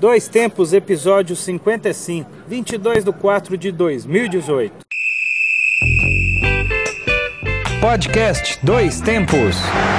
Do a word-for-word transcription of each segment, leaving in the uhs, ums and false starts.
Dois Tempos, episódio cinquenta e cinco, vinte e dois de quatro de dois mil e dezoito. Podcast Dois Tempos.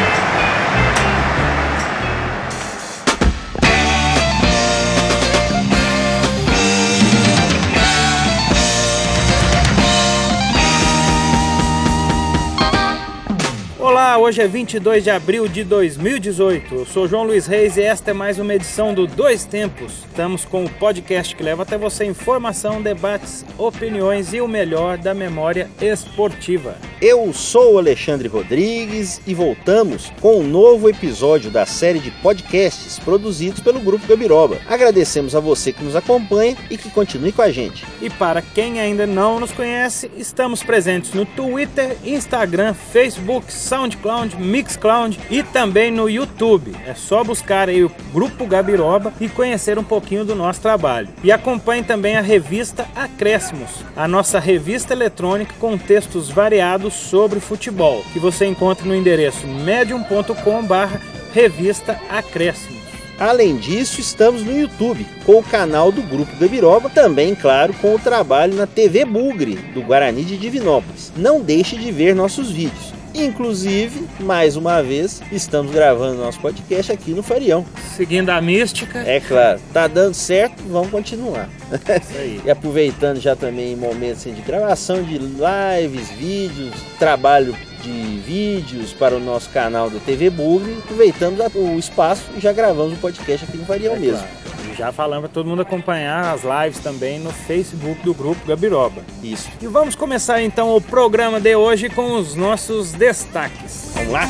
Olá, hoje é vinte e dois de abril de dois mil e dezoito. Eu sou João Luiz Reis e esta é mais uma edição do Dois Tempos. Estamos com o podcast que leva até você informação, debates, opiniões e o melhor da memória esportiva. Eu sou o Alexandre Rodrigues e voltamos com um novo episódio da série de podcasts produzidos pelo Grupo Gabiroba. Agradecemos a você que nos acompanha e que continue com a gente. E para quem ainda não nos conhece, estamos presentes no Twitter, Instagram, Facebook, SoundCloud, Mixcloud e também no YouTube. É só buscar aí o Grupo Gabiroba e conhecer um pouquinho do nosso trabalho. E acompanhe também a revista Acréscimos, a nossa revista eletrônica com textos variados sobre futebol, que você encontra no endereço medium ponto com barra revista Acréscimos. Além disso, estamos no YouTube, com o canal do Grupo Gabiroba, também, claro, com o trabalho na T V Bugre, do Guarani de Divinópolis. Não deixe de ver nossos vídeos. Inclusive, mais uma vez, estamos gravando nosso podcast aqui no Farião. Seguindo a mística. É claro, tá dando certo, vamos continuar. Isso aí. E aproveitando já também momentos assim, de gravação de lives, vídeos, trabalho de vídeos para o nosso canal da T V Bugre, aproveitando o espaço e já gravamos o podcast aqui no Farião é mesmo. Claro. Já falando para todo mundo acompanhar as lives também no Facebook do Grupo Gabiroba. Isso. E vamos começar então o programa de hoje com os nossos destaques. Vamos lá?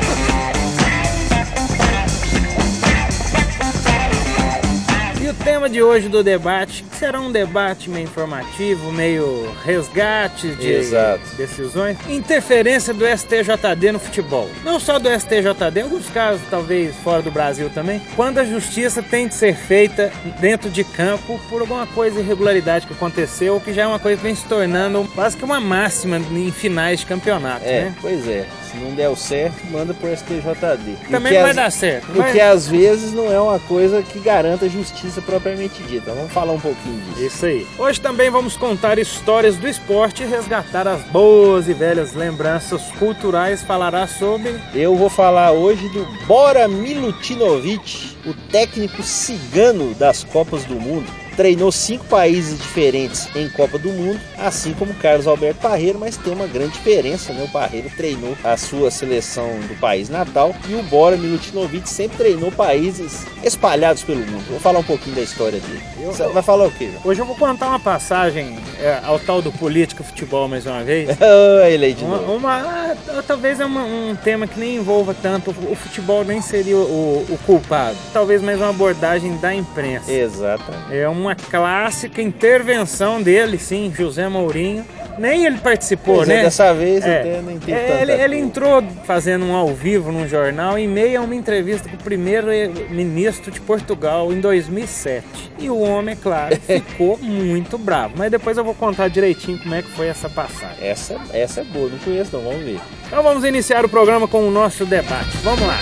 E o tema de hoje do debate será um debate meio informativo, meio resgate de Exato. decisões. Interferência do S T J D no futebol. Não só do S T J D, em alguns casos, talvez fora do Brasil também, quando a justiça tem de ser feita dentro de campo por alguma coisa irregularidade que aconteceu, ou que já é uma coisa que vem se tornando quase que uma máxima em finais de campeonato, É, né? pois é. Se não der o certo, manda pro S T J D. Também não vai dar certo. O que às vezes não é uma coisa que garanta justiça propriamente dita. Vamos falar um pouquinho disso. Isso aí. Hoje também vamos contar histórias do esporte e resgatar as boas e velhas lembranças culturais. Falará sobre... Eu vou falar hoje do Bora Milutinovic, o técnico cigano das Copas do Mundo. Treinou cinco países diferentes em Copa do Mundo, assim como Carlos Alberto Parreira, mas tem uma grande diferença, né? O Parreira treinou a sua seleção do país natal e o Bora Milutinovic sempre treinou países espalhados pelo mundo. Vou falar um pouquinho da história dele. Eu, Você vai falar o quê? Hoje eu vou contar uma passagem é, ao tal do política futebol mais uma vez. Ele aí de Uma, novo. uma, talvez é uma, um tema que nem envolva tanto, o futebol nem seria o, o culpado. Talvez mais uma abordagem da imprensa. Exatamente. É uma clássica intervenção dele, sim, José Mourinho. Nem ele participou, Pois né? é, dessa vez É, até nem teve é, tanta ele, ele coisa. entrou fazendo um ao vivo num jornal em meio a uma entrevista com o primeiro-ministro de Portugal em dois mil e sete. E o homem, é claro, ficou muito bravo. Mas depois eu vou contar direitinho como é que foi essa passagem. Essa, essa é boa, não conheço não, vamos ver. Então vamos iniciar o programa com o nosso debate. Vamos lá.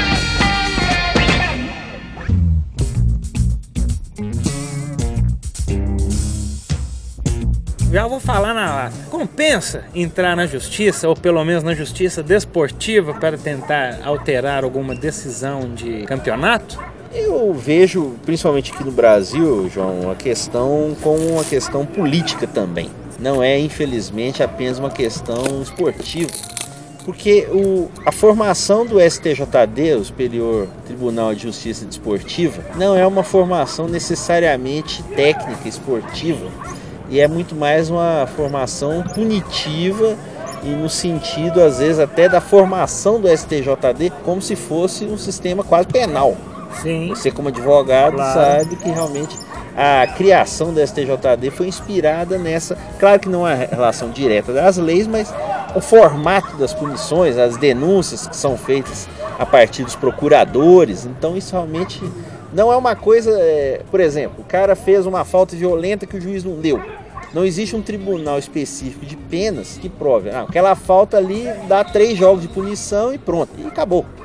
Já vou falar na lata. Compensa entrar na justiça, ou pelo menos na justiça desportiva, para tentar alterar alguma decisão de campeonato? Eu vejo, principalmente aqui no Brasil, João, a questão como uma questão política também. Não é, infelizmente, apenas uma questão esportiva. Porque o, a formação do S T J D, o Superior Tribunal de Justiça Desportiva, não é uma formação necessariamente técnica, esportiva. E é muito mais uma formação punitiva e no sentido, às vezes, até da formação do S T J D como se fosse um sistema quase penal. Sim. Você, como advogado, Claro. sabe que realmente a criação do S T J D foi inspirada nessa... Claro que não é a relação direta das leis, mas o formato das punições, as denúncias que são feitas a partir dos procuradores. Então, isso realmente... Não é uma coisa, é, por exemplo, o cara fez uma falta violenta que o juiz não deu. Não existe um tribunal específico de penas que prove. Ah, aquela falta ali dá três jogos de punição e pronto, e acabou.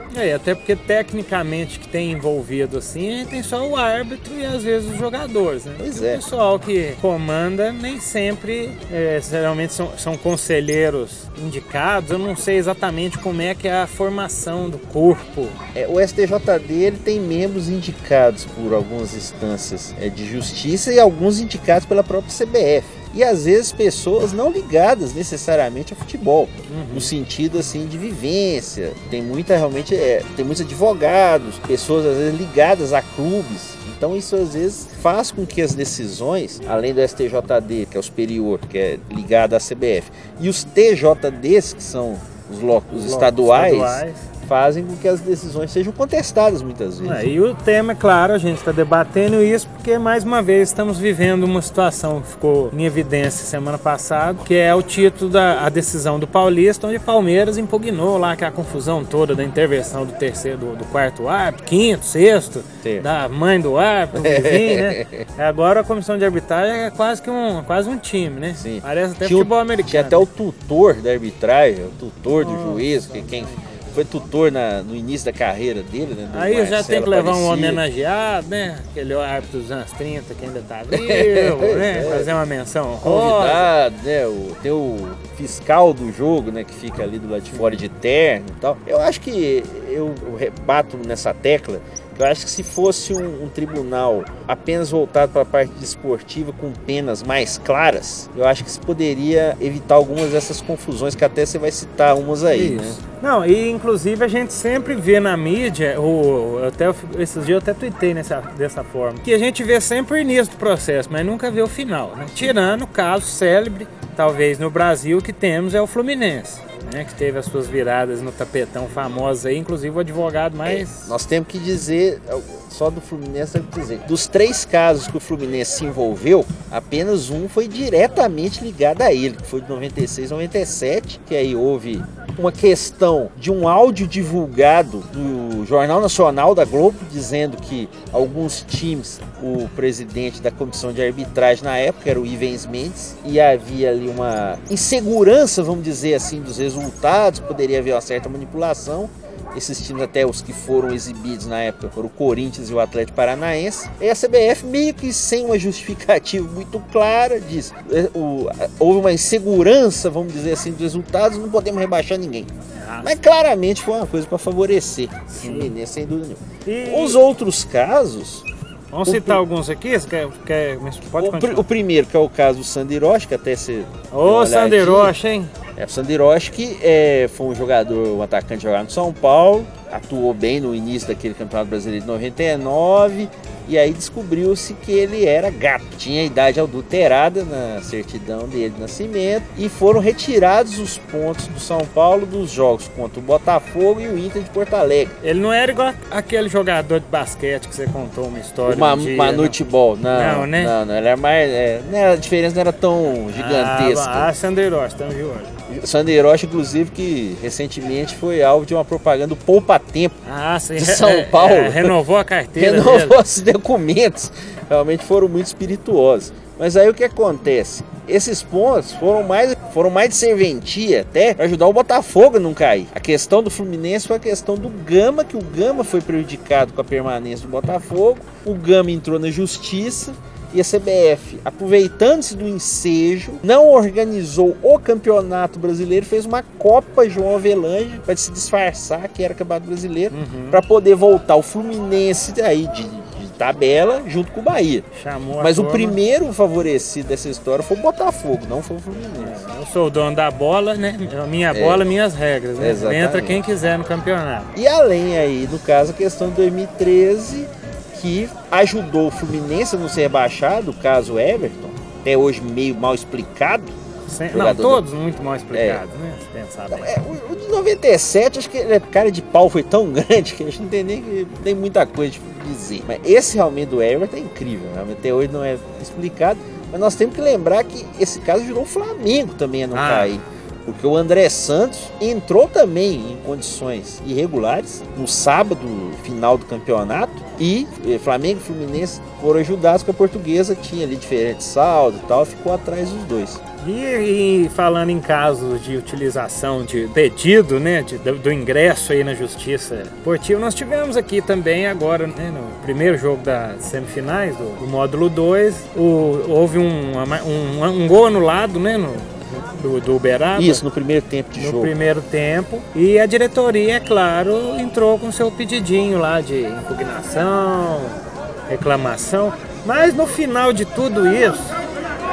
É, até porque tecnicamente que tem envolvido assim, tem só o árbitro e às vezes os jogadores, né? Pois e é. O pessoal que comanda nem sempre, é, geralmente são, são conselheiros indicados, eu não sei exatamente como é que é a formação do corpo. É, o S T J D ele tem membros indicados por algumas instâncias é, de justiça e alguns indicados pela própria C B F. E às vezes pessoas não ligadas necessariamente a futebol, uhum. no sentido assim de vivência. Tem muita realmente, é, tem muitos advogados, pessoas às vezes ligadas a clubes. Então isso às vezes faz com que as decisões, além do S T J D, que é o superior, que é ligado à C B F, e os T J Ds, que são os, lo- os, os estaduais, estaduais, fazem com que as decisões sejam contestadas muitas vezes. É, e o tema, é claro, a gente está debatendo isso porque, mais uma vez, estamos vivendo uma situação que ficou em evidência semana passada, que é o título da a decisão do Paulista, onde o Palmeiras impugnou lá que a confusão toda da intervenção do terceiro, do, do quarto árbitro, quinto, sexto, Sim. da mãe do árbitro, do vizinho, né? Agora a comissão de arbitragem é quase que um, quase um time, né? Sim. Parece até tinha, futebol americano. Tinha até o tutor da arbitragem, o tutor do Nossa. juiz, que quem... foi tutor na, no início da carreira dele, né? Aí Marcelo já tem que levar Aparecido. um homenageado, né? Aquele árbitro dos anos trinta que ainda tá vivo, né? Fazer uma menção convidado, né? O, tem o fiscal do jogo, né? Que fica ali do lado de fora de terno e tal. Eu acho que eu rebato nessa tecla. Eu acho que se fosse um, um tribunal apenas voltado para a parte desportiva com penas mais claras, eu acho que se poderia evitar algumas dessas confusões que até você vai citar umas aí, Isso. né? Não, e inclusive a gente sempre vê na mídia, o, até, esses dias eu até tuitei nessa, dessa forma, que a gente vê sempre o início do processo, mas nunca vê o final, né? Tirando o caso célebre, talvez no Brasil, que temos é o Fluminense. Né, que teve as suas viradas no tapetão famosas aí, inclusive o advogado mais... É, nós temos que dizer, só do Fluminense, temos que dizer, dos três casos que o Fluminense se envolveu, apenas um foi diretamente ligado a ele, que foi de noventa e seis a noventa e sete, que aí houve uma questão de um áudio divulgado do Jornal Nacional da Globo, dizendo que alguns times, o presidente da comissão de arbitragem na época era o Ivens Mendes, e havia ali uma insegurança, vamos dizer assim, dos resultados, poderia haver uma certa manipulação. Esses times, até os que foram exibidos na época, foram o Corinthians e o Atlético Paranaense. E a C B F, meio que sem uma justificativa muito clara, diz: o, houve uma insegurança, vamos dizer assim, dos resultados, não podemos rebaixar ninguém. Nossa. Mas claramente foi uma coisa para favorecer o Fluminense, sem dúvida nenhuma. E... os outros casos... Vamos o citar pr... alguns aqui? Você quer, quer... Pode o, continuar. Pr... o primeiro, que é o caso do Sandiroche, que até você... Ô, Sandiroche, hein? É, o Sandiroche que é, foi um jogador, um atacante jogado no São Paulo, atuou bem no início daquele Campeonato Brasileiro de noventa e nove, e aí descobriu-se que ele era gato, tinha a idade adulterada na certidão dele de nascimento, e foram retirados os pontos do São Paulo dos jogos contra o Botafogo e o Inter de Porto Alegre. Ele não era igual aquele jogador de basquete que você contou uma história. Uma, um dia, Manute Ball, não, não, né? Não, não, ele era mais, é, não era, a diferença não era tão gigantesca. Ah, ah Sandeiro, estamos de olho. Sandeiro, inclusive, que recentemente foi alvo de uma propaganda do Poupa Tempo ah, sim. de São Paulo. É, é, renovou a carteira. Renovou dele. os documentos. Realmente foram muito espirituosos. Mas aí o que acontece? Esses pontos foram mais, foram mais de serventia até para ajudar o Botafogo a não cair. A questão do Fluminense foi a questão do Gama, que o Gama foi prejudicado com a permanência do Botafogo. O Gama entrou na justiça. E a C B F, aproveitando-se do ensejo, não organizou o Campeonato Brasileiro, fez uma Copa João Avelange para se disfarçar que era Campeonato Brasileiro, uhum. para poder voltar o Fluminense aí de, de tabela junto com o Bahia. Chamou Mas o forma. primeiro favorecido dessa história foi o Botafogo, não foi o Fluminense. Eu sou o dono da bola, né? Minha bola, é. minhas regras, né? Exatamente. Entra quem quiser no campeonato. E além aí, no caso, a questão de dois mil e treze... que ajudou o Fluminense a não ser rebaixado, o caso Everton, até hoje meio mal explicado. Sem, não, todos muito mal explicados, é. né? Se pensar bem. É, o, o de noventa e sete, acho que a cara de pau foi tão grande que a gente não tem nem tem muita coisa de dizer. Mas esse realmente do Everton é incrível, realmente até hoje não é explicado. Mas nós temos que lembrar que esse caso ajudou o Flamengo também a não ah. cair. Porque o André Santos entrou também em condições irregulares no sábado, final do campeonato, e Flamengo e Fluminense foram ajudados, que a Portuguesa tinha ali diferente saldo e tal, ficou atrás dos dois. E, e falando em casos de utilização de pedido, né, de, do, do ingresso aí na Justiça Esportiva, nós tivemos aqui também agora, né, no primeiro jogo das semifinais do, do módulo dois, o, houve um, um, um gol anulado, né, no, do, do Uberaba. Isso, no primeiro tempo de no jogo. No primeiro tempo. E a diretoria, é claro, entrou com seu pedidinho lá de impugnação, reclamação. Mas no final de tudo isso,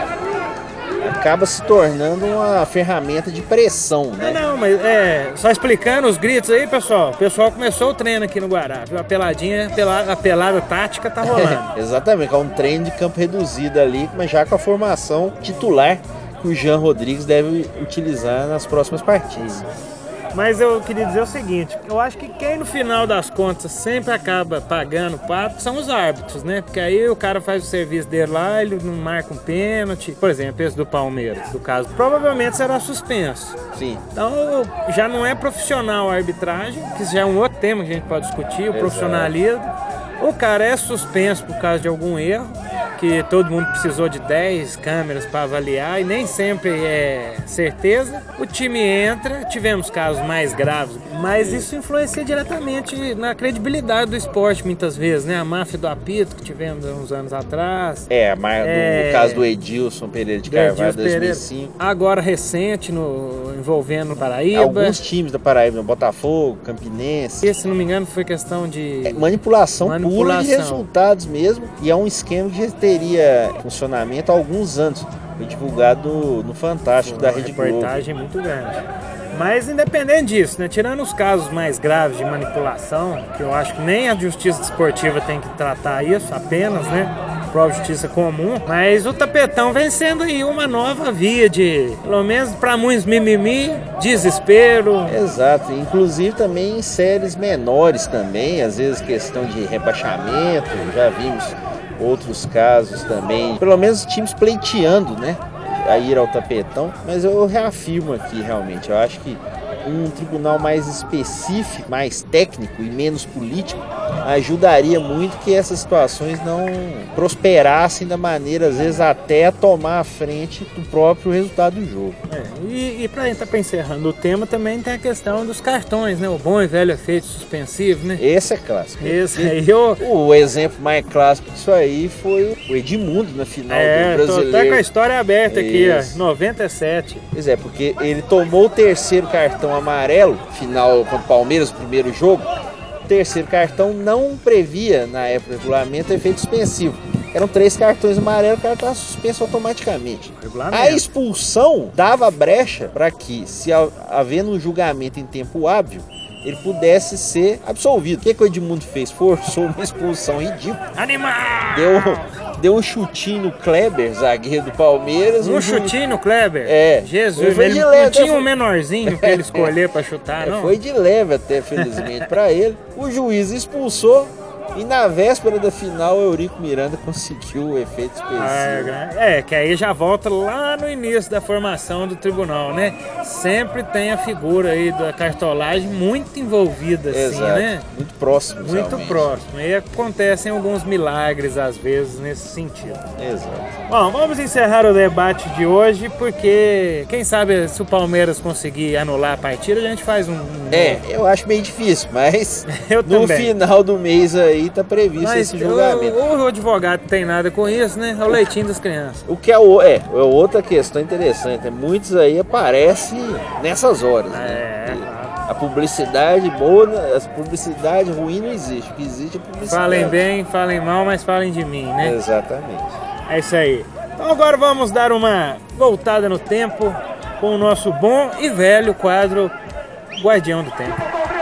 acaba se tornando uma ferramenta de pressão, né? Não, não, mas é, só explicando os gritos aí, pessoal. O pessoal começou o treino aqui no Guará, viu? A peladinha, a pelada tática tá rolando. Exatamente, é um treino de campo reduzido ali, mas já com a formação titular que o Jean Rodrigues deve utilizar nas próximas partidas. Mas eu queria dizer o seguinte, eu acho que quem no final das contas sempre acaba pagando o pato são os árbitros, né? Porque aí o cara faz o serviço dele lá, ele não marca um pênalti. Por exemplo, esse do Palmeiras, do caso, provavelmente será suspenso. Sim. Então já não é profissional a arbitragem, que já é um outro tema que a gente pode discutir, o Exato. Profissionalismo. O cara é suspenso por causa de algum erro, que todo mundo precisou de dez câmeras para avaliar e nem sempre é certeza. O time entra, tivemos casos mais graves, mas isso influencia diretamente na credibilidade do esporte muitas vezes, né? A máfia do apito que tivemos há uns anos atrás. É, mas é... no caso do Edilson Pereira de Carvalho, dois mil e cinco. Agora recente, no, envolvendo o Paraíba. Alguns times da Paraíba, Botafogo, Campinense. Esse, se não me engano, foi questão de... É, manipulação, manipulação pura de resultados mesmo, e é um esquema que já teria funcionamento há alguns anos. Foi divulgado no Fantástico da Rede Globo. Uma reportagem muito grande. Mas independente disso, né, tirando os casos mais graves de manipulação, que eu acho que nem a justiça desportiva tem que tratar isso apenas, né, a própria justiça comum, mas o tapetão vem sendo aí uma nova via de, pelo menos para muitos, mimimi, desespero. Exato, inclusive também em séries menores também, às vezes questão de rebaixamento, já vimos outros casos também, pelo menos times pleiteando, né, a ir ao tapetão, mas eu reafirmo aqui realmente, eu acho que um tribunal mais específico, mais técnico e menos político ajudaria muito que essas situações não prosperassem da maneira, às vezes até a tomar a frente do próprio resultado do jogo. É, e e para estar encerrando o tema também tem a questão dos cartões, né? O bom e velho efeito suspensivo, né? Esse é clássico. Esse aí eu... O exemplo mais clássico disso aí foi o Edmundo na final é, do Brasileiro. Tô até com a história aberta aqui, ó, noventa e sete. Pois é, porque ele tomou o terceiro cartão amarelo, final contra o Palmeiras, o primeiro jogo. O terceiro cartão não previa, na época do regulamento, efeito suspensivo. Eram três cartões amarelos, o cara estava suspenso automaticamente. A expulsão dava brecha para que, se havendo um julgamento em tempo hábil, ele pudesse ser absolvido. O que, que o Edmundo fez? Forçou uma expulsão ridícula. Animal! Deu, deu um chutinho no Kleber, zagueiro do Palmeiras. Um, um chutinho no Kleber? É. Jesus, foi ele leve, não tinha um menorzinho pra ele escolher pra chutar, é, não? Foi de leve até, felizmente, pra ele. O juiz expulsou. E na véspera da final, o Eurico Miranda conseguiu o efeito especial. É, que aí já volta lá no início da formação do tribunal, né? Sempre tem a figura aí da cartolagem muito envolvida, assim, Exato. Né? Muito próximo, Muito realmente. próximo. E acontecem alguns milagres, às vezes, nesse sentido. Exato. Bom, vamos encerrar o debate de hoje, porque quem sabe se o Palmeiras conseguir anular a partida, a gente faz um... um... É, eu acho meio difícil, mas eu no também. Final do mês aí tá previsto mas esse julgamento. O, o advogado tem nada com isso, né? É o leitinho das crianças. O que é, o, é, é outra questão interessante, né? Muitos aí aparecem nessas horas, é, né? Claro. A publicidade boa, a publicidade ruim não existe. O que existe é publicidade. Falem bem, falem mal, mas falem de mim, né? Exatamente. É isso aí. Então agora vamos dar uma voltada no tempo com o nosso bom e velho quadro Guardião do Tempo.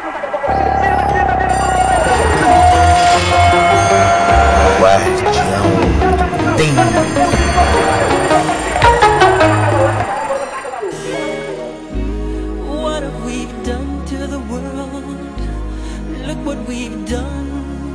Guardião do Tempo. What have we done to the world? Look what we've done.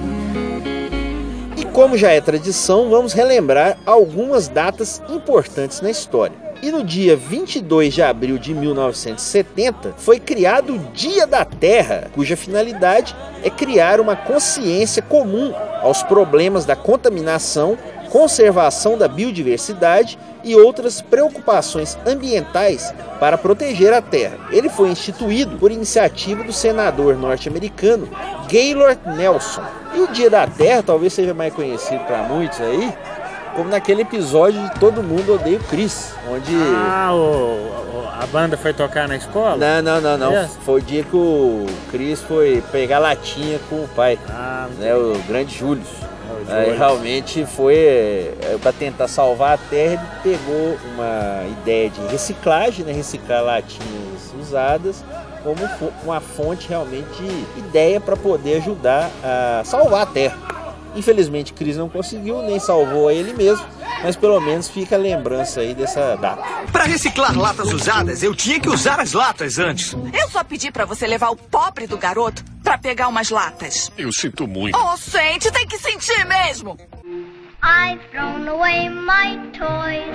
E como já é tradição, vamos relembrar algumas datas importantes na história. E no dia vinte e dois de abril de mil novecentos e setenta foi criado o Dia da Terra, cuja finalidade é criar uma consciência comum aos problemas da contaminação, conservação da biodiversidade e outras preocupações ambientais para proteger a Terra. Ele foi instituído por iniciativa do senador norte-americano Gaylord Nelson. E o Dia da Terra talvez seja mais conhecido para muitos aí como naquele episódio de Todo Mundo Odeia o Chris, onde... Ah, o, o, a banda foi tocar na escola? Não, não, não, não. É. Foi o dia que o Chris foi pegar latinha com o pai, Ah, né, o grande Júlio. É, o Aí Júlio. realmente foi é, para tentar salvar a Terra, ele pegou uma ideia de reciclagem, né, reciclar latinhas usadas como fo- uma fonte realmente de ideia para poder ajudar a salvar a Terra. Infelizmente, Chris não conseguiu, nem salvou a ele mesmo, mas pelo menos fica a lembrança aí dessa data. Para reciclar latas usadas, eu tinha que usar as latas antes. Eu só pedi pra você levar o pobre do garoto pra pegar umas latas. Eu sinto muito. Oh, sente, tem que sentir mesmo. I've thrown away my toys,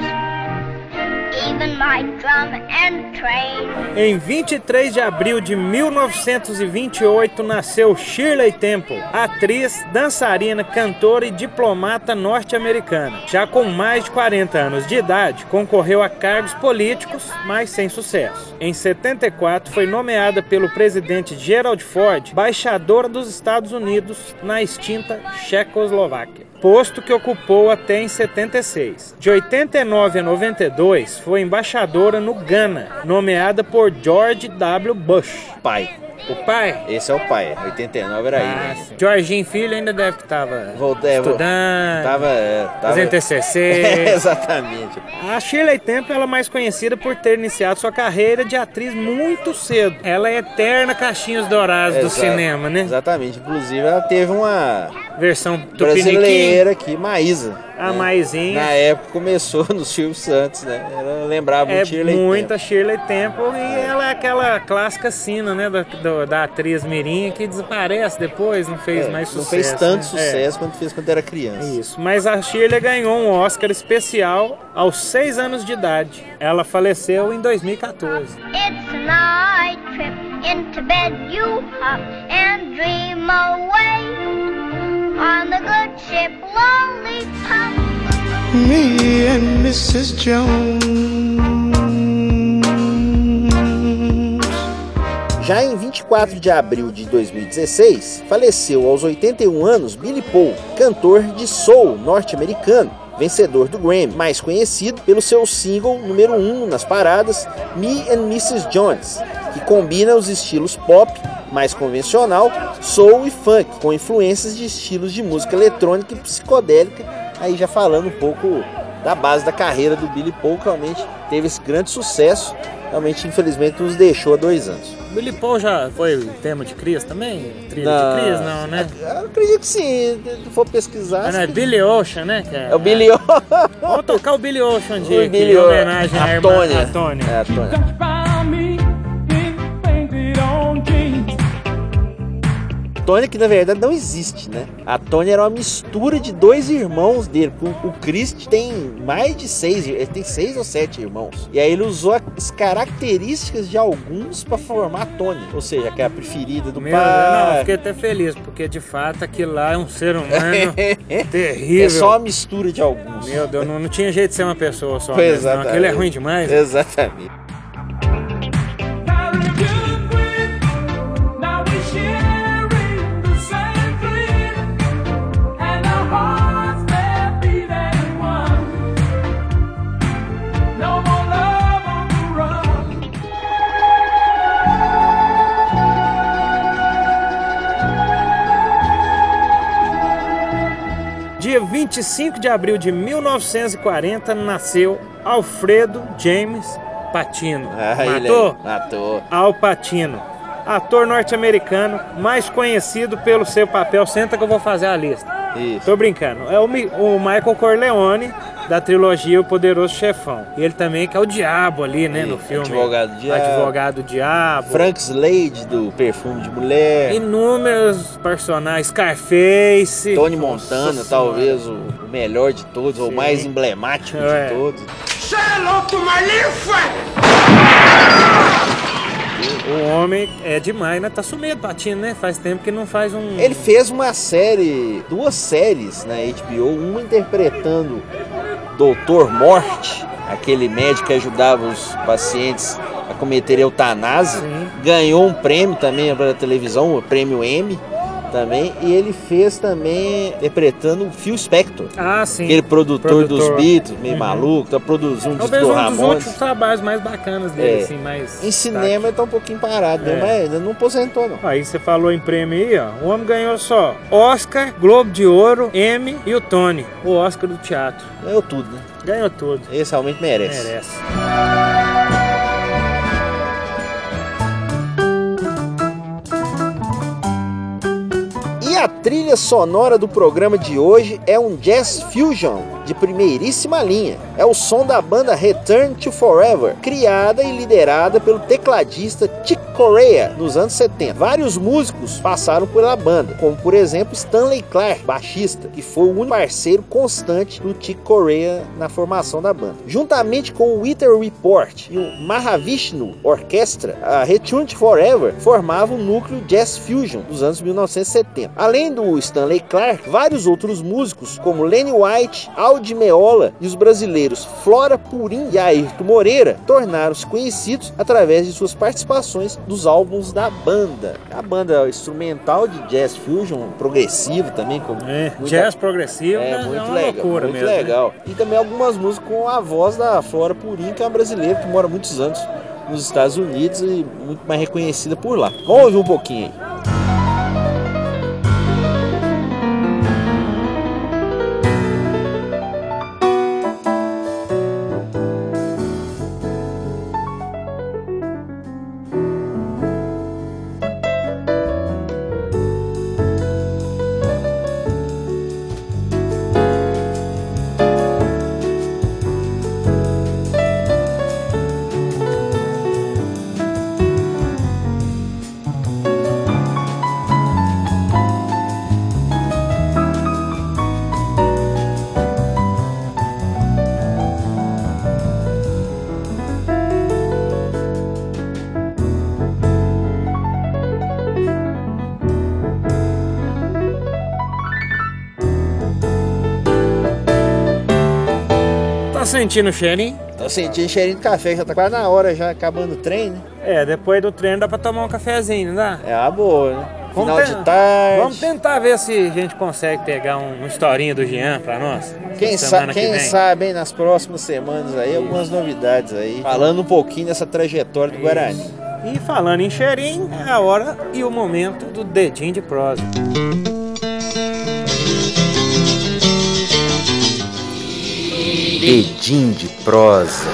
even my drum and train. Em vinte e três de abril de mil novecentos e vinte e oito nasceu Shirley Temple, atriz, dançarina, cantora e diplomata norte-americana. Já com mais de quarenta anos de idade, concorreu a cargos políticos, mas sem sucesso. Em setenta e quatro, foi nomeada pelo presidente Gerald Ford embaixadora dos Estados Unidos na extinta Checoslováquia, posto que ocupou até em setenta e seis. De oitenta e nove a noventa e dois, foi embaixadora no Ghana, nomeada por George W. Bush. Pai. O pai? Esse é o pai, oitenta e nove era Ah, aí, né? sim. Jorginho Filho ainda deve que estava Voltei, é, vou- estudando, Tava, é, tava... fazendo T C C. Exatamente. A Shirley Temple ela é mais conhecida por ter iniciado sua carreira de atriz muito cedo. Ela é eterna caixinhos dourados do Exa- cinema, né? Exatamente. Inclusive, ela teve uma Versão tupiniquim. brasileira aqui, Maísa. A né? Maisinha. Na época começou no Silvio Santos, né? Ela lembrava É muito Shirley muita Temple. Shirley Temple e ela é aquela clássica sina, né, da, do- da atriz mirim que desaparece depois, não fez É, mais não sucesso. fez tanto né? sucesso quanto fez quando era criança. É, isso, mas a Shirley ganhou um Oscar especial aos seis anos de idade. Ela faleceu em dois mil e quatorze. It's a night trip into bed, you hop and dream away on the good ship Lollipop. Me and missus Jones. Já em vinte e quatro de abril de dois mil e dezesseis, faleceu aos oitenta e um anos Billy Paul, cantor de soul norte-americano, vencedor do Grammy, mais conhecido pelo seu single número um nas paradas Me and missus Jones, que combina os estilos pop, mais convencional, soul e funk, com influências de estilos de música eletrônica e psicodélica, aí já falando um pouco da base da carreira do Billy Paul, que realmente teve esse grande sucesso, realmente infelizmente nos deixou há dois anos. Billy Paul já foi tema de Cris também? Trilha de Cris, não, né? Eu acredito que sim, se for pesquisar. Ah, não, é sim. Billy Ocean, né? que É o Billy Ocean. Vamos tocar o Billy Ocean um dia O aqui, Billy em Ocean. homenagem à A irmã Tônia. a Tônia. É, a Tônia. Tônia que na verdade não existe, né? A Tônia era uma mistura de dois irmãos dele. O, o Chris tem mais de seis, ele tem seis ou sete irmãos. E aí ele usou as características de alguns para formar a Tônia. Ou seja, que é a preferida do Meu Deus, não, eu pai. fiquei até feliz, porque de fato aquilo lá é um ser humano terrível. É só uma mistura de alguns. Meu Deus, não, não tinha jeito de ser uma pessoa só. Pois, mesmo, não. exatamente. Aquilo é ruim demais. Exatamente. Dia vinte e cinco de abril de mil novecentos e quarenta nasceu Alfredo James Pacino. Ah, ele Matou? aí. Matou. Al Pacino, ator norte-americano, mais conhecido pelo seu papel. Senta que eu vou fazer a lista. Isso. Tô brincando. É o, Mi- o Michael Corleone da trilogia O Poderoso Chefão. E ele também que é o diabo ali, né, no Isso, filme. Advogado Diabo. Advogado Diabo. Frank Slade do Perfume de Mulher. Inúmeros personagens. Scarface. Tony Nossa Montana, Senhora. talvez o o melhor de todos, ou o Sim. mais emblemático É. de todos. O homem é demais, né? Tá sumido, Pacino, né? Faz tempo que não faz um... Ele fez uma série, duas séries na H B O, uma interpretando Doutor Morte aquele médico que ajudava os pacientes a cometer eutanásia. Sim. Ganhou um prêmio também para a televisão, o prêmio Emmy também, e ele fez também interpretando o Phil Spector, Ah, sim. aquele produtor, Produtor. dos Beatles, meio Uhum. maluco, tá produzindo um disco Talvez do um dos Ramones. últimos trabalhos mais bacanas dele, É. assim, mais... Em cinema ele tá um pouquinho parado, né? É. Mas ainda não aposentou, não. Aí você falou em prêmio aí, ó. O homem ganhou só Oscar, Globo de Ouro, Emmy e o Tony, o Oscar do teatro. Ganhou tudo, né? Ganhou tudo. Esse realmente merece. Merece. E a trilha sonora do programa de hoje é um jazz fusion de primeiríssima linha. É o som da banda Return to Forever, criada e liderada pelo tecladista Chick Corea nos anos setenta. Vários músicos passaram pela banda, como por exemplo Stanley Clarke, baixista, que foi o único parceiro constante do Chick Corea na formação da banda. Juntamente com o Weather Report e o Mahavishnu Orchestra, a Return to Forever formava um núcleo jazz fusion dos anos mil novecentos e setenta. Além do Stanley Clarke, vários outros músicos como Lenny White, Aldi Meola e os brasileiros Flora Purim e Ayrton Moreira tornaram-se conhecidos através de suas participações dos álbuns da banda. A banda instrumental de jazz fusion, progressivo também, com É, muita... jazz progressivo é, é, muito é uma legal, loucura muito mesmo. né? legal. E também algumas músicas com a voz da Flora Purim, que é uma brasileira que mora muitos anos nos Estados Unidos e muito mais reconhecida por lá. Vamos ouvir um pouquinho aí. Tá sentindo o cheirinho? Tô sentindo cheirinho de café, já tá quase na hora, já acabando o trem, né? É, depois do treino dá pra tomar um cafezinho, não dá? É uma boa, né? Final ten- de tarde. Vamos tentar ver se a gente consegue pegar um, uma historinha do Jean pra nós. Quem, semana sa que quem vem. sabe, hein, nas próximas semanas aí, algumas novidades aí. Falando um pouquinho dessa trajetória do Guarani. E falando em cheirinho, é a hora e o momento do dedinho de prosa. Dedinho de prosa.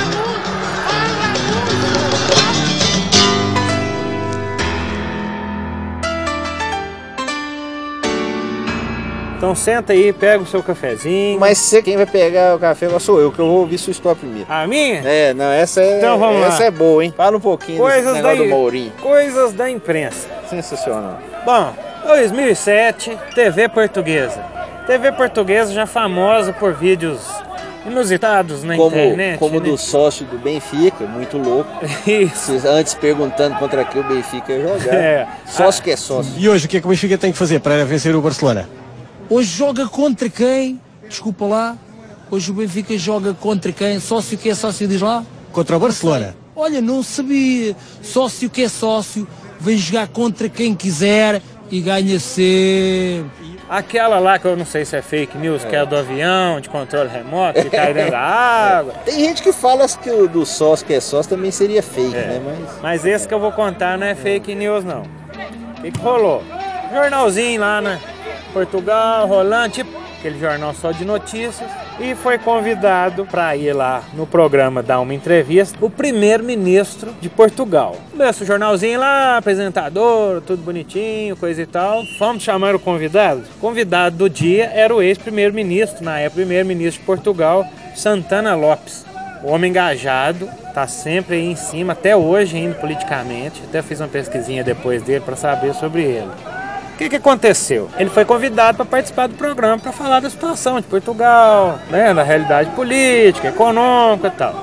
Então senta aí, pega o seu cafezinho. Mas você, quem vai pegar o café agora sou eu, que eu vou ouvir sua história primeiro. A minha? É, não, essa é, Então vamos lá. essa é boa, hein? Fala um pouquinho desse Coisas negócio da, do Mourinho. coisas da imprensa. Sensacional. Bom, dois mil e sete, T V Portuguesa. T V Portuguesa já famosa por vídeos inusitados na Como, internet. como né? do sócio do Benfica, muito louco. Isso. Vocês antes perguntando contra que o Benfica ia jogar. É. Sócio que é sócio. E hoje o que é que o Benfica tem que fazer para vencer o Barcelona? Hoje joga contra quem? Desculpa lá. Hoje o Benfica joga contra quem? Sócio que é sócio, diz lá? Contra o Barcelona. Olha, não sabia. Sócio que é sócio, vem jogar contra quem quiser e ganha sempre. Aquela lá que eu não sei se é fake news, que é do avião, de controle remoto, que cai dentro da água. Tem gente que fala que o do sócio que é sócio também seria fake, É. né? Mas Mas esse que eu vou contar não é fake news, não. O que, que rolou? Jornalzinho lá, né? Portugal, rolando, tipo aquele jornal só de notícias. E foi convidado para ir lá no programa dar uma entrevista o primeiro-ministro de Portugal. Começa o jornalzinho lá, apresentador, tudo bonitinho, coisa e tal. Fomos chamar o convidado. O convidado do dia era o ex-primeiro-ministro, na época primeiro-ministro de Portugal, Santana Lopes. O homem engajado, tá sempre aí em cima, até hoje indo politicamente. Até fiz uma pesquisinha depois dele para saber sobre ele. O que, que aconteceu? Ele foi convidado para participar do programa para falar da situação de Portugal, né, da realidade política, econômica e tal.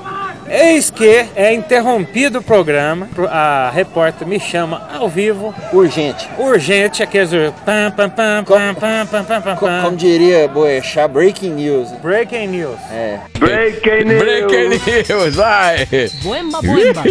Eis que é interrompido o programa, a repórter me chama ao vivo. Urgente. Urgente, aqueles... Pam, pam, pam, pam, pam, pam, pam, pam, Como, como diria Boechat, breaking news. Breaking news. É. Breaking news. Breaking news, vai. Buemba, buemba.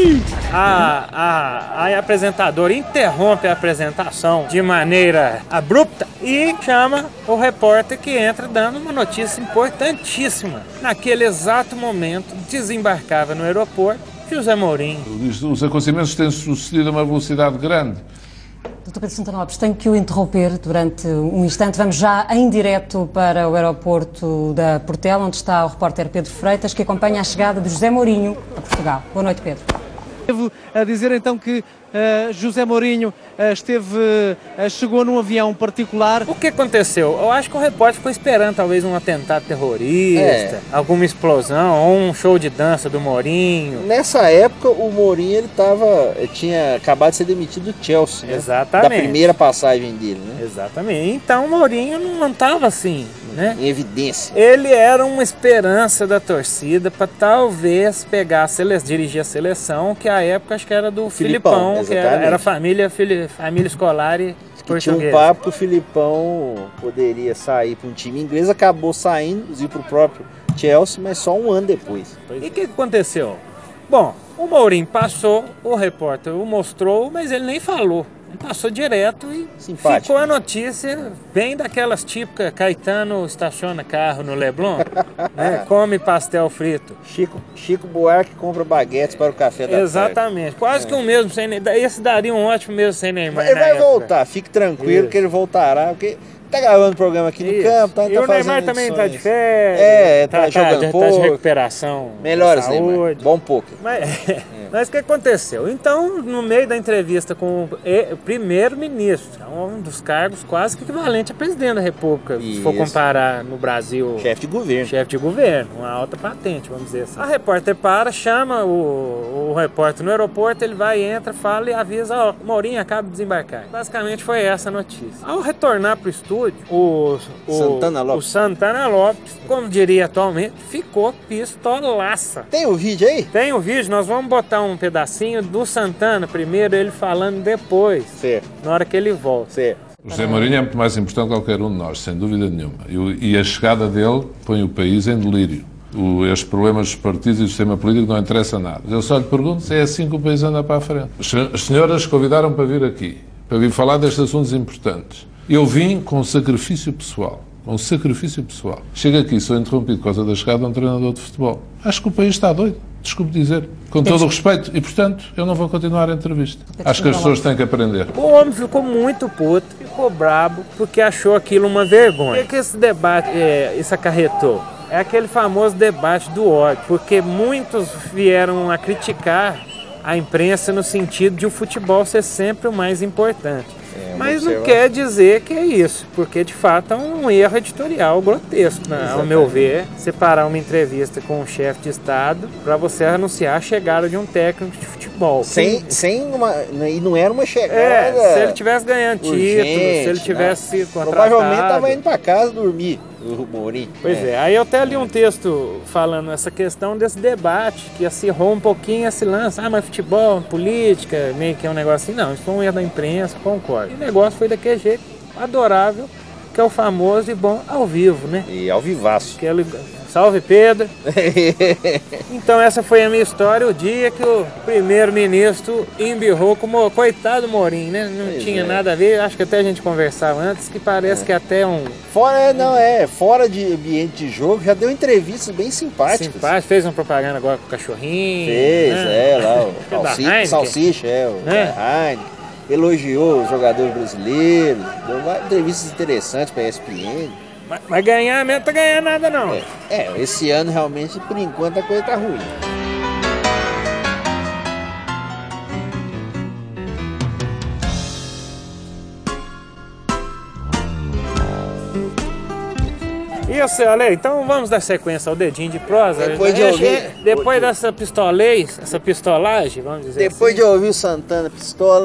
A, a, a apresentadora interrompe a apresentação de maneira abrupta e chama o repórter que entra dando uma notícia importantíssima. Naquele exato momento, desembarcava no aeroporto José Mourinho. Os acontecimentos têm sucedido a uma velocidade grande. doutor Pedro Santana Lopes, tenho que o interromper durante um instante. Vamos já em direto para o aeroporto da Portela, onde está o repórter Pedro Freitas, que acompanha a chegada de José Mourinho a Portugal. Boa noite, Pedro. Devo a dizer então que uh, José Mourinho uh, esteve, uh, chegou num avião particular. O que aconteceu? Eu acho que o repórter ficou esperando talvez um atentado terrorista, é. alguma explosão, ou um show de dança do Mourinho. Nessa época o Mourinho ele tava, ele tinha acabado de ser demitido do Chelsea, né? Exatamente. Da primeira passagem dele, né? Exatamente. Então o Mourinho não estava assim, né? Em evidência. Ele era uma esperança da torcida para talvez pegar a sele... dirigir a seleção, que a época acho que era do Filipão, Filipão que era, era família, filho, família escolar e portuguesa. Tinha um papo que o Filipão poderia sair para um time inglês, acabou saindo, ir para o próprio Chelsea, mas só um ano depois. E o que aconteceu? Bom, o Mourinho passou, o repórter o mostrou, mas ele nem falou. Passou direto e Simpático. Ficou a notícia bem daquelas típicas: Caetano estaciona carro no Leblon, né, come pastel frito. Chico, Chico Buarque compra baguetes para o café da Exatamente, tarde. Quase é. que o mesmo sem Neymar. Esse daria um ótimo mesmo sem Neymar. Ele vai época. voltar, fique tranquilo Isso. que ele voltará, porque tá gravando programa aqui no Isso. campo, tá, e tá o Neymar também edições. tá de férias, é, tá, tá jogando tá, pouco. Tá de recuperação. Melhores, Neymar. Bom pouco. Mas, é. Mas o que aconteceu? Então, no meio da entrevista com o primeiro-ministro, um dos cargos quase que equivalente a presidente da República, Isso. se for comparar no Brasil. Chefe de governo. Chefe de governo, uma alta patente, vamos dizer assim. A repórter para, chama o, o repórter no aeroporto, ele vai, entra, fala e avisa: ó, oh, Mourinho acaba de desembarcar. Basicamente foi essa a notícia. Ao retornar para o estúdio, o, o, Santana Lopes. o Santana Lopes, como diria atualmente, ficou pistolaça. Tem o vídeo aí? Tem o vídeo, nós vamos botar um pedacinho do Santana primeiro, ele falando depois, certo. na hora que ele volta. Certo. O José Mourinho é muito mais importante que qualquer um de nós, sem dúvida nenhuma. E a chegada dele põe o país em delírio. O, estes problemas dos partidos e do sistema político não interessa nada. Eu só lhe pergunto se é assim que o país anda para a frente. As senhoras convidaram para vir aqui, para vir falar destes assuntos importantes. Eu vim com sacrifício pessoal. Com sacrifício pessoal. Chego aqui e sou interrompido por causa da chegada de um treinador de futebol. Acho que o país está doido. Desculpe dizer, com todo o respeito, e portanto eu não vou continuar a entrevista. Acho que as pessoas têm que aprender. O homem ficou muito puto, ficou brabo, porque achou aquilo uma vergonha. O que esse debate, é, isso acarretou? É aquele famoso debate do ódio, porque muitos vieram a criticar a imprensa no sentido de o futebol ser sempre o mais importante. É, Mas não quer dizer que é isso, porque de fato é um erro editorial grotesco, né? Ao meu ver, separar uma entrevista com um chefe de Estado para você anunciar a chegada de um técnico de futebol. Sem, que... sem uma... E não era uma chegada... É, se ele tivesse ganhando urgente, título, se ele tivesse não. sido contratado... Provavelmente estava indo para casa dormir. O Mourinho. Pois é. é, aí eu até li um texto falando essa questão desse debate, que acirrou um pouquinho esse lance, ah, mas futebol, política, meio que é um negócio assim, não, isso foi um erro da imprensa, concordo. E o negócio foi daquele jeito adorável, que é o famoso e bom ao vivo, né? E ao vivaço. Que ele... Salve, Pedro! Então essa foi a minha história, o dia que o primeiro-ministro embirrou com o coitado Mourinho, né? Não pois tinha é. nada a ver, acho que até a gente conversava antes, que parece é. que até um... Fora, não, é, fora de ambiente de jogo, já deu entrevistas bem simpáticas. Simpático, fez uma propaganda agora com o cachorrinho. Fez, né? é, lá, o salsicha, salsicha, é, o é. Heineken. Elogiou os jogadores brasileiros, deu entrevistas interessantes para a E S P N. Mas, mas ganhar mesmo não tá ganhando nada não. É, é, esse ano realmente, por enquanto, a coisa tá ruim. Isso, olha, então vamos dar sequência ao dedinho de prosa. Depois de ouvir... Depois dessa pistolez, essa pistolagem, vamos dizer Depois assim. de ouvir o Santana Pistola,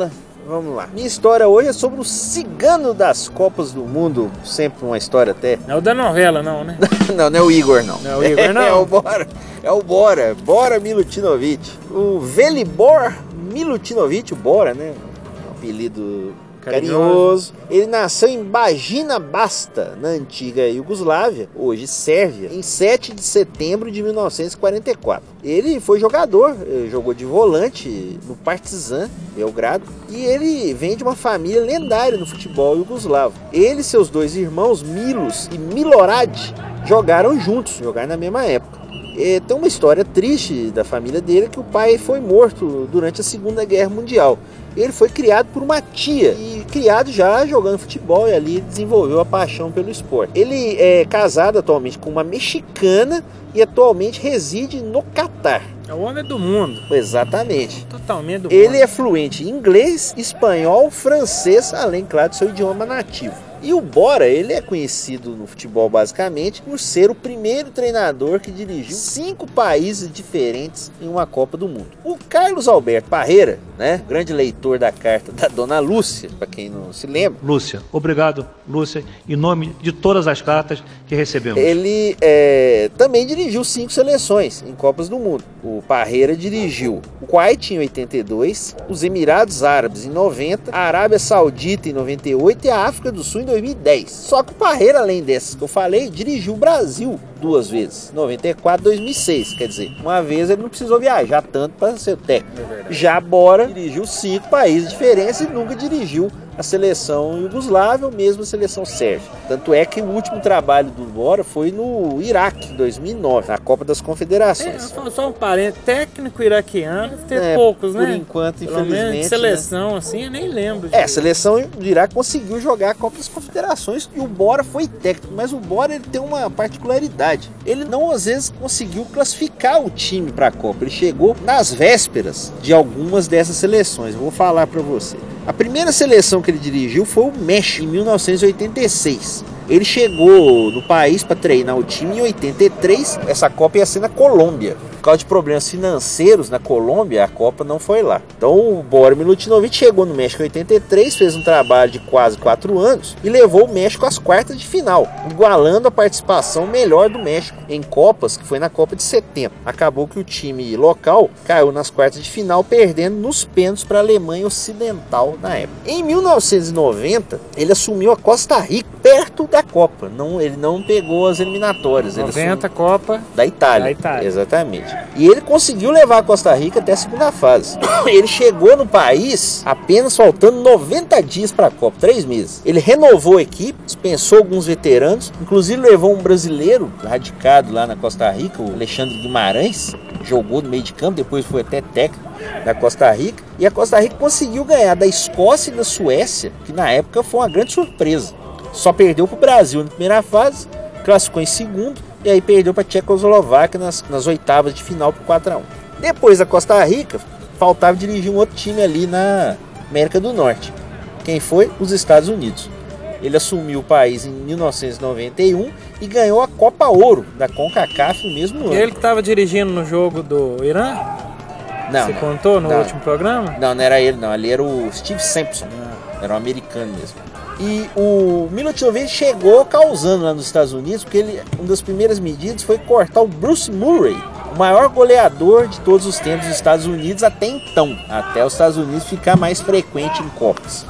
Vamos lá. Minha história hoje é sobre o cigano das Copas do Mundo. Sempre uma história até. Não é o da novela, não, né? Não, não é o Igor, não. Não é o Igor, não. É, é o Bora. É o Bora. Bora Milutinovic. O Velibor Milutinovic, o Bora, né? Um apelido carinhoso. carinhoso. Ele nasceu em Bagina Basta, na antiga Iugoslávia, hoje Sérvia, em sete de setembro de mil novecentos e quarenta e quatro. Ele foi jogador, jogou de volante no Partizan, Belgrado, e ele vem de uma família lendária no futebol iugoslavo. Ele e seus dois irmãos, Milos e Milorad, jogaram juntos, jogaram na mesma época. E tem uma história triste da família dele, que o pai foi morto durante a Segunda Guerra Mundial. Ele foi criado por uma tia e criado já jogando futebol, e ali desenvolveu a paixão pelo esporte. Ele é casado atualmente com uma mexicana e atualmente reside no Catar. É o homem do mundo. Exatamente. Totalmente do Ele mundo. é fluente em inglês, espanhol, francês, além, claro, do seu idioma nativo. E o Bora, ele é conhecido no futebol basicamente por ser o primeiro treinador que dirigiu cinco países diferentes em uma Copa do Mundo. O Carlos Alberto Parreira, né, grande leitor da carta da Dona Lúcia, para quem não se lembra. Lúcia, obrigado, Lúcia, em nome de todas as cartas que recebemos. Ele é, também dirigiu cinco seleções em Copas do Mundo. O Parreira dirigiu o Kuwait em oitenta e dois, os Emirados Árabes em noventa, a Arábia Saudita em noventa e oito e a África do Sul em dois mil e dez. Só que o Parreira, além dessas que eu falei, dirigiu o Brasil duas vezes, noventa e quatro e dois mil e seis. Quer dizer, uma vez ele não precisou viajar tanto para ser técnico. É Já Bora dirigiu cinco países diferentes e nunca dirigiu a seleção iugoslava ou mesmo a seleção sérvia. Tanto é que o último trabalho do Bora foi no Iraque, em dois mil e nove, na Copa das Confederações. É, só um parente, técnico iraquiano, deve ter é, poucos, né? Por enquanto, Pelo infelizmente. menos, seleção, né? assim, eu nem lembro. É, a seleção do Iraque conseguiu jogar a Copa das Confederações e o Bora foi técnico, mas o Bora ele tem uma particularidade. Ele não, às vezes, conseguiu classificar o time para a Copa. Ele chegou nas vésperas de algumas dessas seleções. Eu vou falar para você. A primeira seleção que ele dirigiu foi o México, em mil novecentos e oitenta e seis. Ele chegou no país para treinar o time em oitenta e três. Essa Copa ia ser na Colômbia. Por causa de problemas financeiros na Colômbia, a Copa não foi lá. Então o Bora Milutinovic chegou no México em oitenta e três, fez um trabalho de quase quatro anos e levou o México às quartas de final, igualando a participação melhor do México em Copas, que foi na Copa de setembro. Acabou que o time local caiu nas quartas de final, perdendo nos pênaltis para a Alemanha Ocidental na época. Em mil novecentos e noventa, ele assumiu a Costa Rica, perto da Copa. Não, ele não pegou as eliminatórias. noventa, Copa da Itália. da Itália. Exatamente. E ele conseguiu levar a Costa Rica até a segunda fase. Ele chegou no país apenas faltando noventa dias para a Copa, três meses. Ele renovou a equipe, dispensou alguns veteranos, inclusive levou um brasileiro radicado lá na Costa Rica, o Alexandre Guimarães, jogou no meio de campo, depois foi até técnico da Costa Rica, e a Costa Rica conseguiu ganhar da Escócia e da Suécia, que na época foi uma grande surpresa. Só perdeu para o Brasil na primeira fase, classificou em segundo, e aí perdeu para a Tchecoslováquia nas, nas oitavas de final por quatro a um. Depois da Costa Rica, faltava dirigir um outro time ali na América do Norte. Quem foi? Os Estados Unidos. Ele assumiu o país em mil novecentos e noventa e um e ganhou a Copa Ouro da CONCACAF no mesmo ano. Ele que estava dirigindo no jogo do Irã? Não. Você contou no não, último programa? Não, não era ele não. Ali era o Steve Sampson. Era um americano mesmo. E o Milutinovic chegou causando lá nos Estados Unidos, porque ele, uma das primeiras medidas foi cortar o Bruce Murray, o maior goleador de todos os tempos dos Estados Unidos até então, até os Estados Unidos ficar mais frequente em Copas.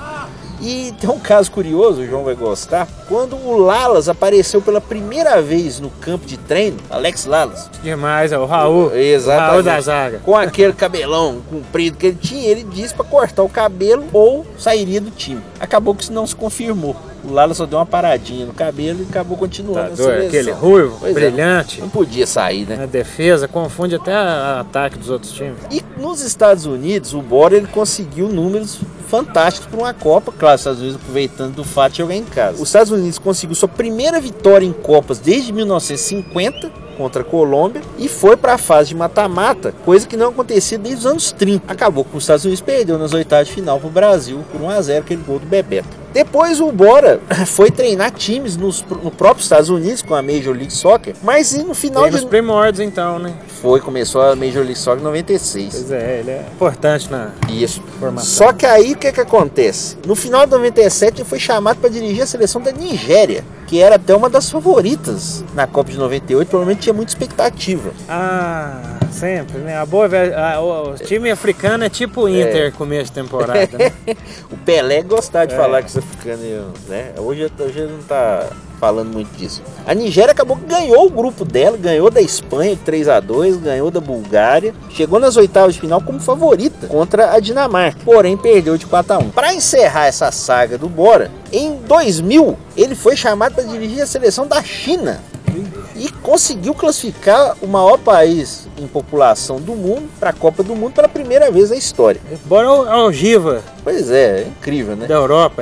E tem um caso curioso, o João vai gostar, quando o Lalas apareceu pela primeira vez no campo de treino, Alex Lalas. Demais, é o Raul. Exatamente. O Raul da zaga. Com aquele cabelão comprido que ele tinha, ele disse para cortar o cabelo ou sairia do time. Acabou que isso não se confirmou. O Lala só deu uma paradinha no cabelo e acabou continuando. Tá doido, aquele ruivo, pois brilhante. É, não podia sair, né? A defesa confunde até o ataque dos outros times. E nos Estados Unidos, o Bora ele conseguiu números fantásticos para uma Copa. Claro, os Estados Unidos aproveitando do fato de jogar em casa. Os Estados Unidos conseguiu sua primeira vitória em Copas desde mil novecentos e cinquenta. Contra a Colômbia e foi para a fase de mata-mata, coisa que não acontecia desde os anos trinta. Acabou com os Estados Unidos perdeu nas oitavas de final para o Brasil por um a zero, aquele gol do Bebeto. Depois o Bora foi treinar times nos, no próprio Estados Unidos com a Major League Soccer, mas e no final Tem de... nos primórdios então, né? Foi, começou a Major League Soccer em noventa e seis. Pois é, ele é importante na Isso. formação. Só que aí o que que acontece? No final de noventa e sete ele foi chamado para dirigir a seleção da Nigéria, que era até uma das favoritas na Copa de noventa e oito, provavelmente tinha muita expectativa. Ah, sempre, né? A boa, a, o, o time africano é tipo o Inter, é. começo de temporada, né? O Pelé gostava de É. falar que os africanos, né? Hoje, hoje ele não tá falando muito disso. A Nigéria acabou que ganhou o grupo dela, ganhou da Espanha três a dois, ganhou da Bulgária, chegou nas oitavas de final como favorita contra a Dinamarca, porém perdeu de quatro a um. Para encerrar essa saga do Bora, em dois mil ele foi chamado para dirigir a seleção da China e conseguiu classificar o maior país em população do mundo para a Copa do Mundo pela primeira vez na história. Bora ao Giva. Pois é, é incrível, né? Da Europa.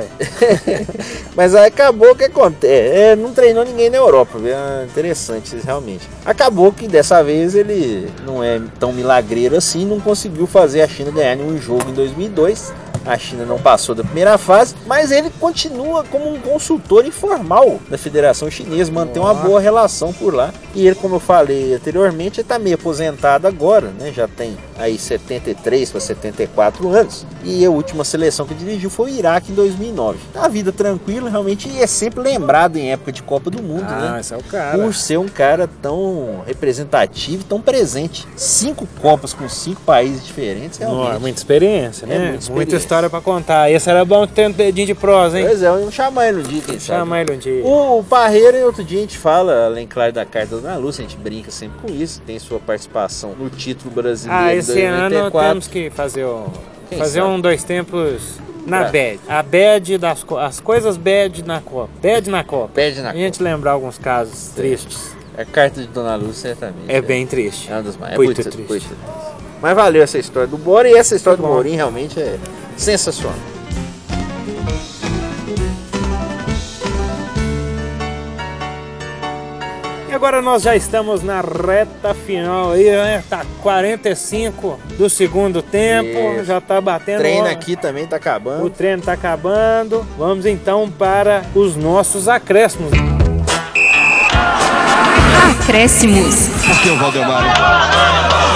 Mas aí acabou o que acontece. É, não treinou ninguém na Europa, viu? É interessante, realmente. Acabou que dessa vez ele não é tão milagreiro assim, não conseguiu fazer a China ganhar nenhum jogo em dois mil e dois. A China não passou da primeira fase, mas ele continua como um consultor informal da Federação Chinesa, mantém uma boa relação por lá. E ele, como eu falei anteriormente, está meio aposentado agora, né? Já tem aí setenta e três para setenta e quatro anos. E a última seleção que dirigiu foi o Iraque em dois mil e nove. A vida tranquila, realmente, e é sempre lembrado em época de Copa do Mundo, ah, né? Ah, esse é o cara. Por ser um cara tão representativo, tão presente. Cinco Copas com cinco países diferentes, realmente. Nossa, muita experiência, né? É, muita experiência. Muita história pra contar. Esse era bom ter um dedinho de prosa, hein? Pois é, vamos chamar ele um dia, quem sabe. Chamar ele um dia. O, o Parreira, outro dia a gente fala, além, claro, da carta da Ana Lúcia, a gente brinca sempre com isso, tem sua participação no título brasileiro Ah, de esse dois mil e vinte e ano quatro. temos que fazer, o, Quem fazer sabe? um dois tempos na Pra- bad. A bad das co- as coisas bad na Copa. Bad na Copa. Bad na A gente lembrar alguns casos Sim. tristes. A carta de Dona Lúcia, certamente. É bem triste. É uma das mais. É Muito muito, triste. muito triste. Mas valeu essa história do Bora, e essa história Muito do bom. Mourinho realmente é sensacional. E agora nós já estamos na reta final aí, né? Tá quarenta e cinco do segundo tempo, Isso. já tá batendo. O treino ó, aqui também tá acabando. O treino tá acabando. Vamos então para os nossos acréscimos. Acréscimos. Aqui é o Valdemar.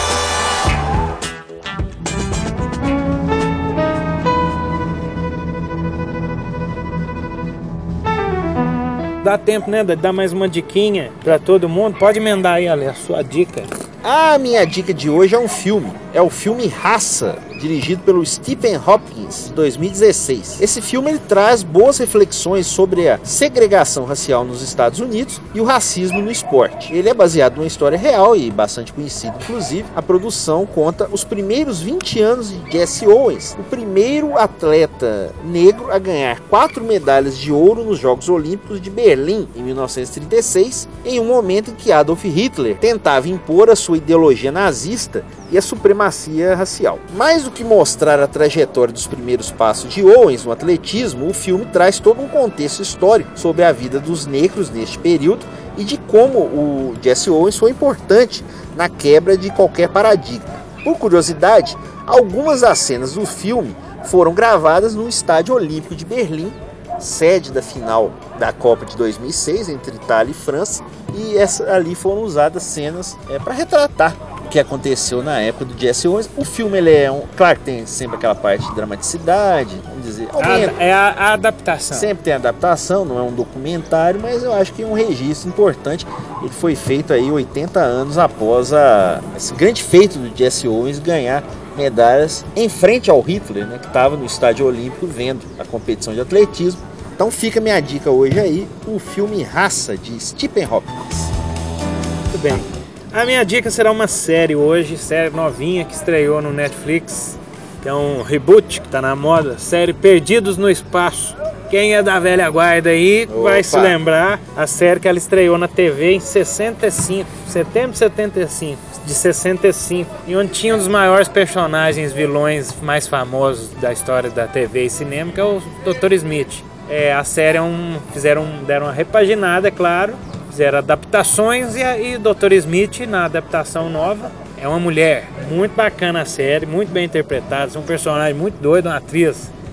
Dá tempo, né? de dar mais uma diquinha pra todo mundo. Pode emendar aí, Ale, a sua dica. A minha dica de hoje é um filme. É o filme Raça, dirigido pelo Stephen Hopkins, de dois mil e dezesseis. Esse filme ele traz boas reflexões sobre a segregação racial nos Estados Unidos e o racismo no esporte. Ele é baseado numa história real e bastante conhecida, inclusive. A produção conta os primeiros vinte anos de Jesse Owens, o primeiro atleta negro a ganhar quatro medalhas de ouro nos Jogos Olímpicos de Berlim, em mil novecentos e trinta e seis, em um momento em que Adolf Hitler tentava impor a sua ideologia nazista e a supremacia racial. Mais do que mostrar a trajetória dos primeiros passos de Owens no atletismo, o filme traz todo um contexto histórico sobre a vida dos negros neste período e de como o Jesse Owens foi importante na quebra de qualquer paradigma. Por curiosidade, algumas das cenas do filme foram gravadas no Estádio Olímpico de Berlim, sede da final da Copa de dois mil e seis entre Itália e França, e essa, ali foram usadas cenas é, para retratar o que aconteceu na época do Jesse Owens. O filme, ele é um, claro que tem sempre aquela parte de dramaticidade, vamos dizer, aumenta. A, é a, a adaptação. Sempre tem adaptação, não é um documentário, mas eu acho que é um registro importante. Ele foi feito aí oitenta anos após a, esse grande feito do Jesse Owens ganhar medalhas em frente ao Hitler, né, que estava no Estádio Olímpico vendo a competição de atletismo. Então fica minha dica hoje aí, o filme Raça, de Stephen Hopkins. Muito bem. A minha dica será uma série hoje, série novinha que estreou no Netflix, que é um reboot que tá na moda, série Perdidos no Espaço. Quem é da velha guarda aí Opa. vai se lembrar, a série que ela estreou na T V em sessenta e cinco, setembro de setenta e cinco, de sessenta e cinco, e onde tinha um dos maiores personagens, vilões mais famosos da história da T V e cinema, que é o doutor Smith. É, a série é um, fizeram, deram uma repaginada, é claro, fizeram adaptações e, e o doutor Smith, na adaptação nova, é uma mulher. Muito bacana a série, muito bem interpretada, é um personagem muito doido, uma atriz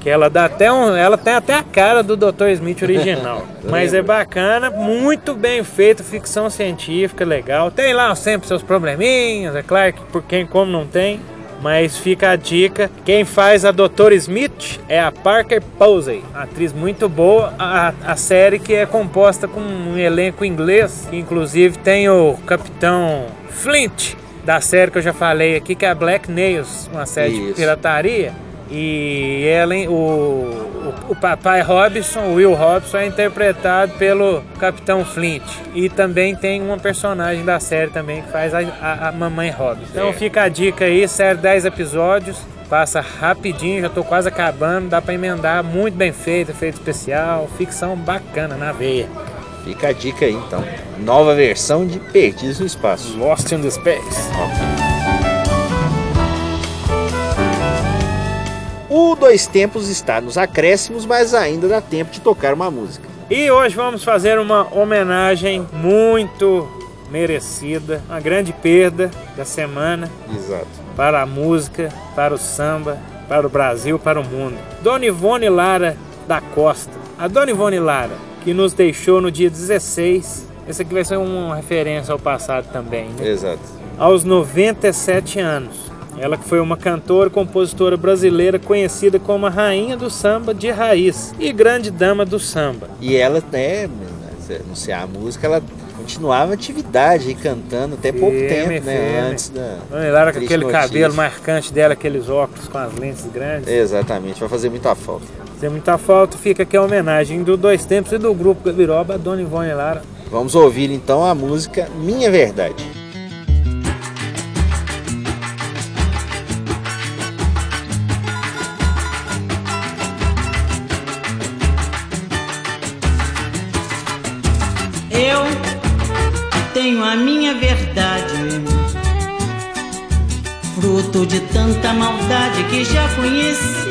Que ela dá até um, ela tem até a cara do doutor Smith original. Mas é bacana, muito bem feito, ficção científica, legal. Tem lá sempre seus probleminhas, é claro que por quem como não tem. Mas fica a dica, quem faz a doutora Smith é a Parker Posey, atriz muito boa. A, a série que é composta com um elenco inglês, que inclusive tem o Capitão Flint, da série que eu já falei aqui, que é a Black Nails, uma série Isso. de pirataria. E Ellen, o, o, o papai Robinson, o Will Robinson, é interpretado pelo Capitão Flint. E também tem uma personagem da série também que faz a, a, a mamãe Robinson. Então fica a dica aí, série dez episódios, passa rapidinho, já tô quase acabando, dá pra emendar, muito bem feito, efeito especial, ficção bacana na veia. Fica a dica aí então, nova versão de Perdidos no Espaço. Lost in the Space. Ó. O Dois Tempos está nos acréscimos, mas ainda dá tempo de tocar uma música. E hoje vamos fazer uma homenagem muito merecida, uma grande perda da semana. Exato. Para a música, para o samba, para o Brasil, para o mundo. Dona Ivone Lara da Costa. A Dona Ivone Lara, que nos deixou no dia dezesseis. Esse aqui vai ser uma referência ao passado também, né? Exato. Aos noventa e sete anos. Ela que foi uma cantora e compositora brasileira conhecida como a rainha do samba de raiz e grande dama do samba. E ela, né, não sei, a música, ela continuava atividade aí, cantando até pouco firme, tempo, né, firme. antes da... Ela com aquele notícia. Cabelo marcante dela, aqueles óculos com as lentes grandes. Exatamente, vai fazer muita falta. Fazer muita falta, fica aqui a homenagem do Dois Tempos e do Grupo Gabiroba, a Dona Ivone Lara. Vamos ouvir então a música Minha Verdade. Eu tenho a minha verdade, fruto de tanta maldade que já conheci.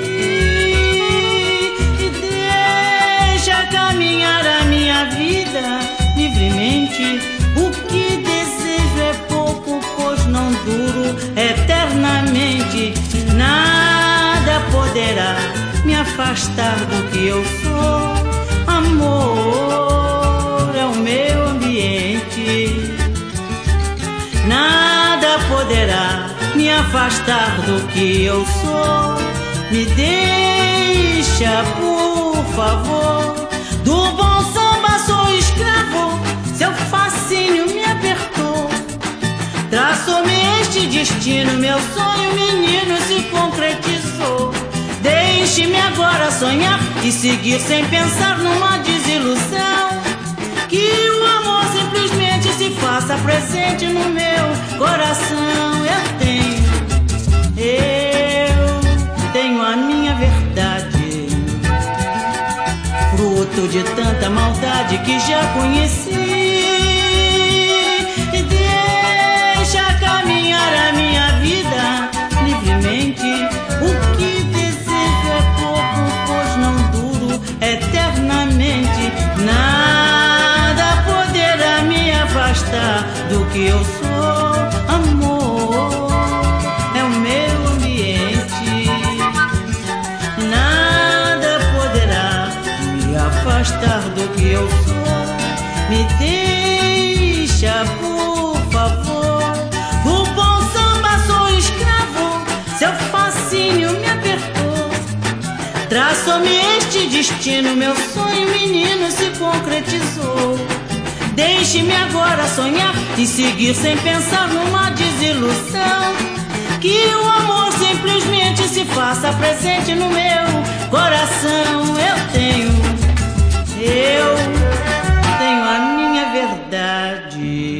E deixa caminhar a minha vida livremente. O que desejo é pouco, pois não duro eternamente. Nada poderá me afastar do que eu sou. Amor é o meu ambiente. Nada poderá me afastar do que eu sou. Me deixa, por favor. Do bom samba sou escravo, seu fascínio me apertou. Traçou-me este destino, meu sonho menino se concretizou. Deixe-me agora sonhar e seguir sem pensar numa desilusão. Que o amor simplesmente se faça presente no meu coração. Eu tenho, eu tenho a minha verdade, fruto de tanta maldade que já conheci. E deixa caminhar a minha vida livremente. O que desejo é pouco, pois não duro eternamente. Nada poderá me afastar do que eu sou. Amor é o meu ambiente. Nada poderá me afastar do que eu sou. Me deixa, por favor. Do bom samba sou escravo, seu fascínio me apertou. Traçou-me este destino, meu sonho menino se concretizou. Deixe-me agora sonhar e seguir sem pensar numa desilusão. Que o amor simplesmente se faça presente no meu coração. Eu tenho, eu tenho a minha verdade.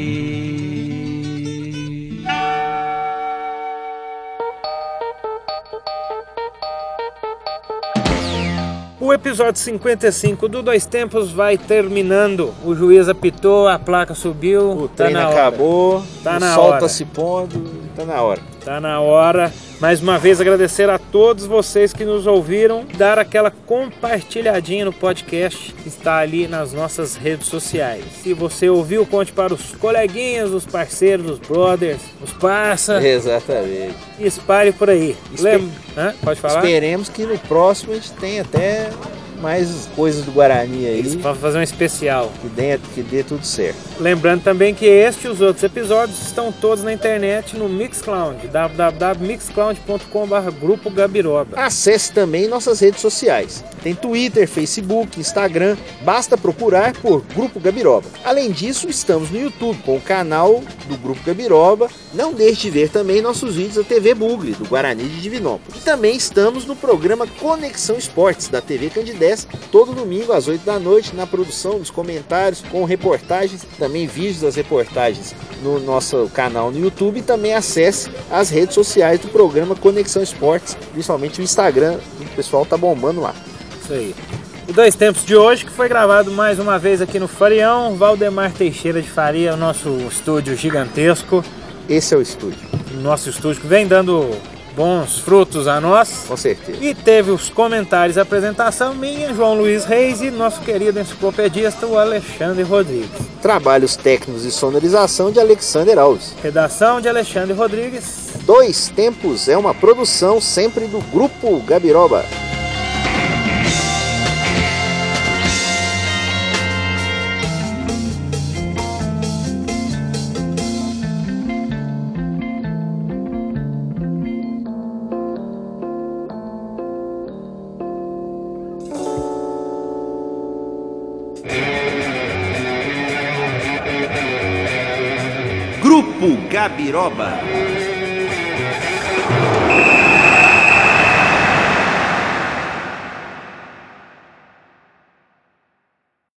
O episódio cinquenta e cinco do Dois Tempos vai terminando. O juiz apitou, a placa subiu. O tá treino na acabou, tá o na sol hora. tá se pondo, tá na hora. Tá na hora. Mais uma vez agradecer a todos vocês que nos ouviram, dar aquela compartilhadinha no podcast que está ali nas nossas redes sociais. Se você ouviu, conte para os coleguinhas, os parceiros, os brothers, os parça. Exatamente. E espalhe por aí. Espe- Lem- Hã? Pode falar? Esperemos que no próximo a gente tenha até mais coisas do Guarani aí. Isso, para fazer um especial. Que dê, que dê tudo certo. Lembrando também que este e os outros episódios estão todos na internet no Mixcloud, w w w ponto mixcloud ponto com barra grupo Gabiroba. Acesse também nossas redes sociais. Tem Twitter, Facebook, Instagram, basta procurar por Grupo Gabiroba. Além disso, estamos no YouTube com o canal do Grupo Gabiroba. Não deixe de ver também nossos vídeos da T V Bugre, do Guarani de Divinópolis. E também estamos no programa Conexão Esportes, da T V Candidez, todo domingo às oito da noite, na produção dos comentários, com reportagens, também vídeos das reportagens no nosso canal no YouTube. E também acesse as redes sociais do programa Conexão Esportes, principalmente o Instagram, o pessoal tá bombando lá. Isso aí. O Dois Tempos de hoje, que foi gravado mais uma vez aqui no Farião, Valdemar Teixeira de Faria, o nosso estúdio gigantesco. Esse é o estúdio. Nosso estúdio que vem dando bons frutos a nós. Com certeza. E teve os comentários e apresentação minha, João Luiz Reis, e nosso querido enciclopedista, o Alexandre Rodrigues. Trabalhos técnicos e sonorização de Alexander Alves. Redação de Alexandre Rodrigues. Dois Tempos é uma produção sempre do Grupo Gabiroba. Grupo Gabiroba.